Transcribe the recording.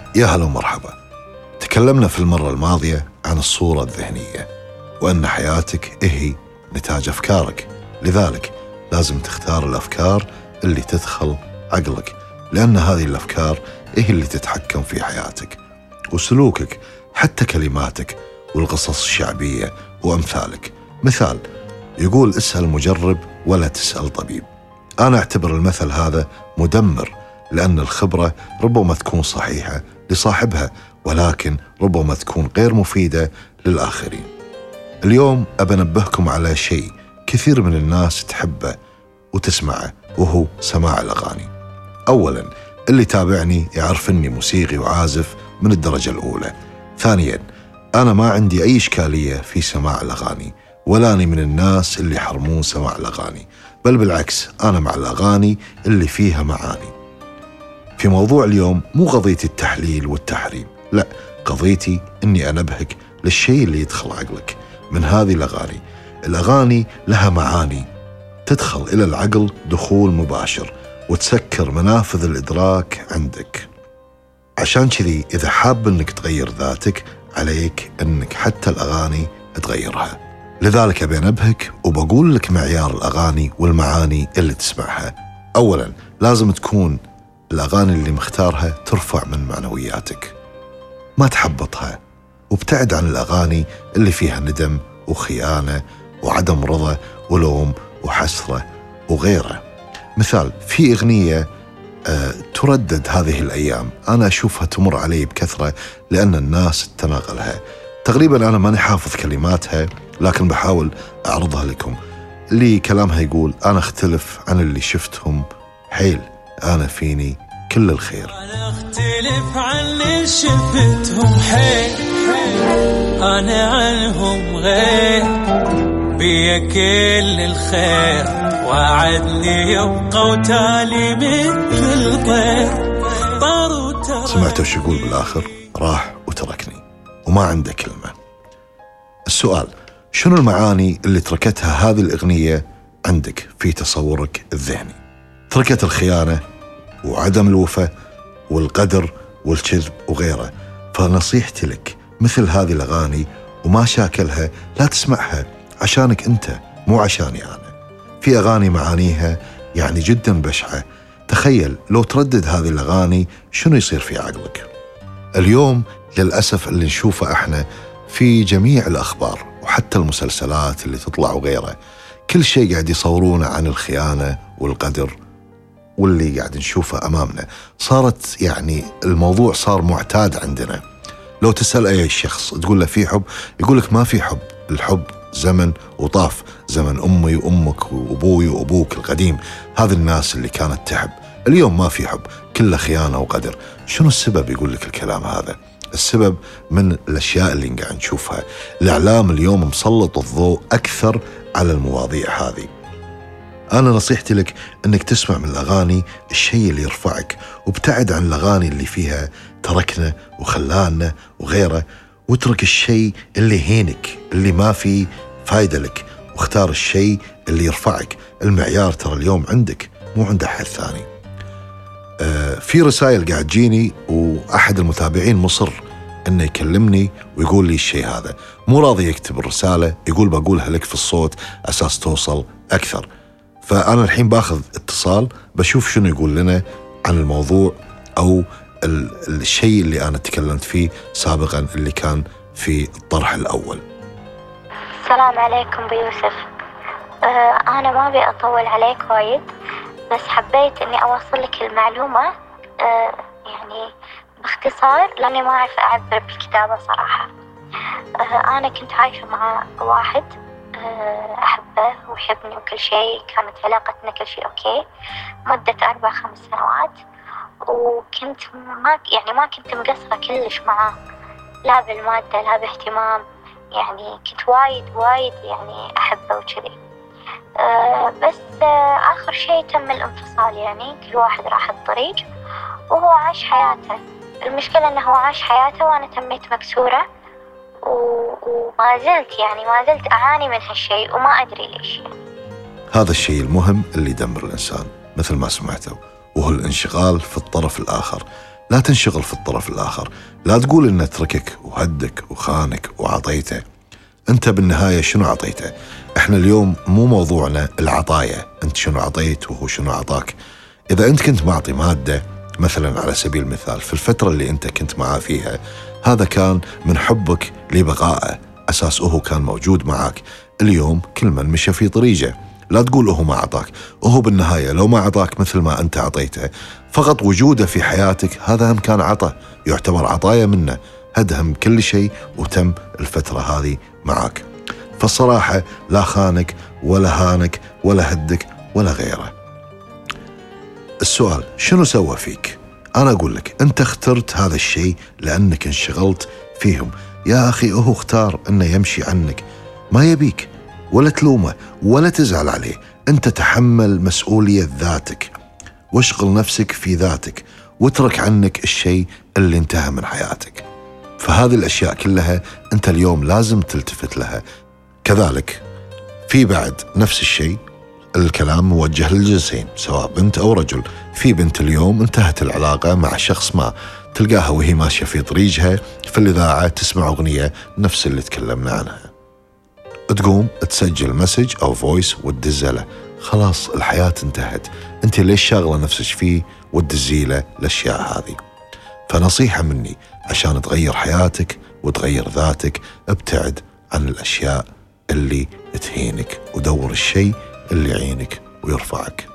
يا هلا ومرحبا. تكلمنا في المرة الماضية عن الصورة الذهنية، وأن حياتك هي نتاج أفكارك، لذلك لازم تختار الأفكار اللي تدخل عقلك، لأن هذه الأفكار هي اللي تتحكم في حياتك وسلوكك، حتى كلماتك والقصص الشعبية وأمثالك. مثال يقول: اسأل مجرب ولا تسأل طبيب. أنا أعتبر المثل هذا مدمر، لأن الخبرة ربما تكون صحيحة لصاحبها، ولكن ربما تكون غير مفيدة للآخرين. اليوم أبنبهكم على شيء كثير من الناس تحبه وتسمعه، وهو سماع الأغاني. أولاً، اللي تابعني يعرف أني موسيقي وعازف من الدرجة الأولى. ثانياً، أنا ما عندي أي إشكالية في سماع الأغاني، ولا أني من الناس اللي يحرمون سماع الأغاني، بل بالعكس، أنا مع الأغاني اللي فيها معاني. في موضوع اليوم مو قضيتي التحليل والتحريم، لا، قضيتي أني أنبهك للشيء اللي يدخل عقلك من هذه الأغاني. الأغاني لها معاني تدخل إلى العقل دخول مباشر، وتسكر منافذ الإدراك عندك. عشان كذي إذا حاب أنك تغير ذاتك، عليك أنك حتى الأغاني تغيرها. لذلك أبي أنبهك وبقول لك معيار الأغاني والمعاني اللي تسمعها. أولاً، لازم تكون الأغاني اللي مختارها ترفع من معنوياتك، ما تحبطها، وابتعد عن الأغاني اللي فيها ندم وخيانة وعدم رضا ولوم وحسرة وغيره. مثال، في أغنية تردد هذه الأيام، أنا أشوفها تمر علي بكثرة لأن الناس تناقلها. تقريبا أنا ماني حافظ كلماتها، لكن بحاول أعرضها لكم. اللي كلامها يقول: أنا أختلف عن اللي شفتهم حيل، أنا فيني كل الخير. أنا أختلف عن اللي شفتهم حيل، أنا عنهم غير، بيا كل الخير، وعدني يبقى وتالي مثل الطير. سمعتوا شو يقول بالآخر؟ راح وتركني وما عنده كلمة. السؤال: شنو المعاني اللي تركتها هذه الأغنية عندك في تصورك الذهني؟ تركت الخيانة وعدم الوفاء والقدر والكذب وغيره. فنصيحتي لك، مثل هذه الأغاني وما شاكلها لا تسمعها، عشانك أنت مو عشاني أنا. في أغاني معانيها يعني جدا بشعة. تخيل لو تردد هذه الأغاني شنو يصير في عقلك. اليوم للأسف اللي نشوفه احنا في جميع الأخبار وحتى المسلسلات اللي تطلع وغيره، كل شيء قاعد يصورونه عن الخيانة والقدر، واللي قاعد نشوفه أمامنا صارت يعني الموضوع صار معتاد عندنا. لو تسأل أي شخص تقول له في حب، يقول لك ما في حب، الحب زمن وطاف، زمن أمي وأمك وأبوي وأبوك القديم، هذه الناس اللي كانت تحب. اليوم ما في حب، كله خيانة وقدر. شنو السبب يقول لك الكلام هذا؟ السبب من الأشياء اللي قاعد نشوفها. الإعلام اليوم مسلط الضوء أكثر على المواضيع هذه. أنا نصيحتي لك أنك تسمع من الأغاني الشيء اللي يرفعك، وابتعد عن الأغاني اللي فيها تركنا وخلانا وغيره، واترك الشيء اللي يهينك اللي ما فيه فايدة لك، واختار الشيء اللي يرفعك. المعيار ترى اليوم عندك مو عند أحد ثاني. في رسائل قاعد تجيني، وأحد المتابعين مصر أنه يكلمني ويقول لي الشيء هذا، مو راضي يكتب الرسالة، يقول بقولها لك في الصوت أساس توصل أكثر. فأنا الحين باخذ اتصال بشوف شنو يقول لنا عن الموضوع، أو الشيء اللي أنا تكلمت فيه سابقا اللي كان في الطرح الأول. السلام عليكم بيوسف. أنا ما أبي أطول عليك وايد، بس حبيت أني أوصل لك المعلومة يعني باختصار، لأني ما أعرف أعبر بالكتابة صراحة. أنا كنت عايشة مع واحد أحبه ويحبني وكل شيء، كانت علاقتنا كل شيء أوكي مدة 4-5 سنوات، وكنت ما كنت مقصرة كلش معاه، لا بالمادة لا باهتمام، يعني كنت وايد يعني أحبه وكذي. بس آخر شيء تم الانفصال، يعني كل واحد راح الطريق وهو عاش حياته. المشكلة أنه هو عاش حياته وأنا تميت مكسورة، وما زلت أعاني من هالشيء وما أدري ليش. هذا الشيء المهم اللي يدمر الإنسان مثل ما سمعتوا، وهو الانشغال في الطرف الآخر. لا تنشغل في الطرف الآخر، لا تقول إنه تركك وهدك وخانك وعطيته. أنت بالنهاية شنو عطيته؟ إحنا اليوم مو موضوعنا العطايا، أنت شنو عطيت وهو شنو عطاك. إذا أنت كنت معطي مادة مثلا على سبيل المثال في الفترة اللي أنت كنت معاه فيها، هذا كان من حبك لبقائه، أساس هو كان موجود معك. اليوم كل من مشى في طريقه، لا تقول هو ما عطاك. وهو بالنهاية لو ما عطاك مثل ما أنت عطيته، فقط وجوده في حياتك هذا هم كان عطا، يعتبر عطايا منه، هدهم كل شيء وتم الفترة هذه معك. فالصراحة لا خانك ولا هانك ولا هدك ولا غيره. السؤال شنو سوى فيك؟ أنا أقول لك أنت اخترت هذا الشيء لأنك انشغلت فيهم. يا أخي هو اختار أنه يمشي عنك، ما يبيك، ولا تلومه ولا تزعل عليه. أنت تحمل مسؤولية ذاتك، واشغل نفسك في ذاتك، واترك عنك الشيء اللي انتهى من حياتك. فهذه الأشياء كلها أنت اليوم لازم تلتفت لها. كذلك في بعد نفس الشيء، الكلام موجه للجنسين سواء بنت أو رجل. في بنت اليوم انتهت العلاقة مع شخص ما، تلقاها وهي ماشية في طريقها في الإذاعة تسمع أغنية نفس اللي تكلمنا عنها، تقوم تسجل مسج أو فويس وتدزه له. خلاص الحياة انتهت، أنت ليش شاغلة نفسك فيه وتدزي له الأشياء هذه؟ فنصيحة مني عشان تغير حياتك وتغير ذاتك، ابتعد عن الأشياء اللي تهينك ودور الشيء اللي يعينك ويرفعك.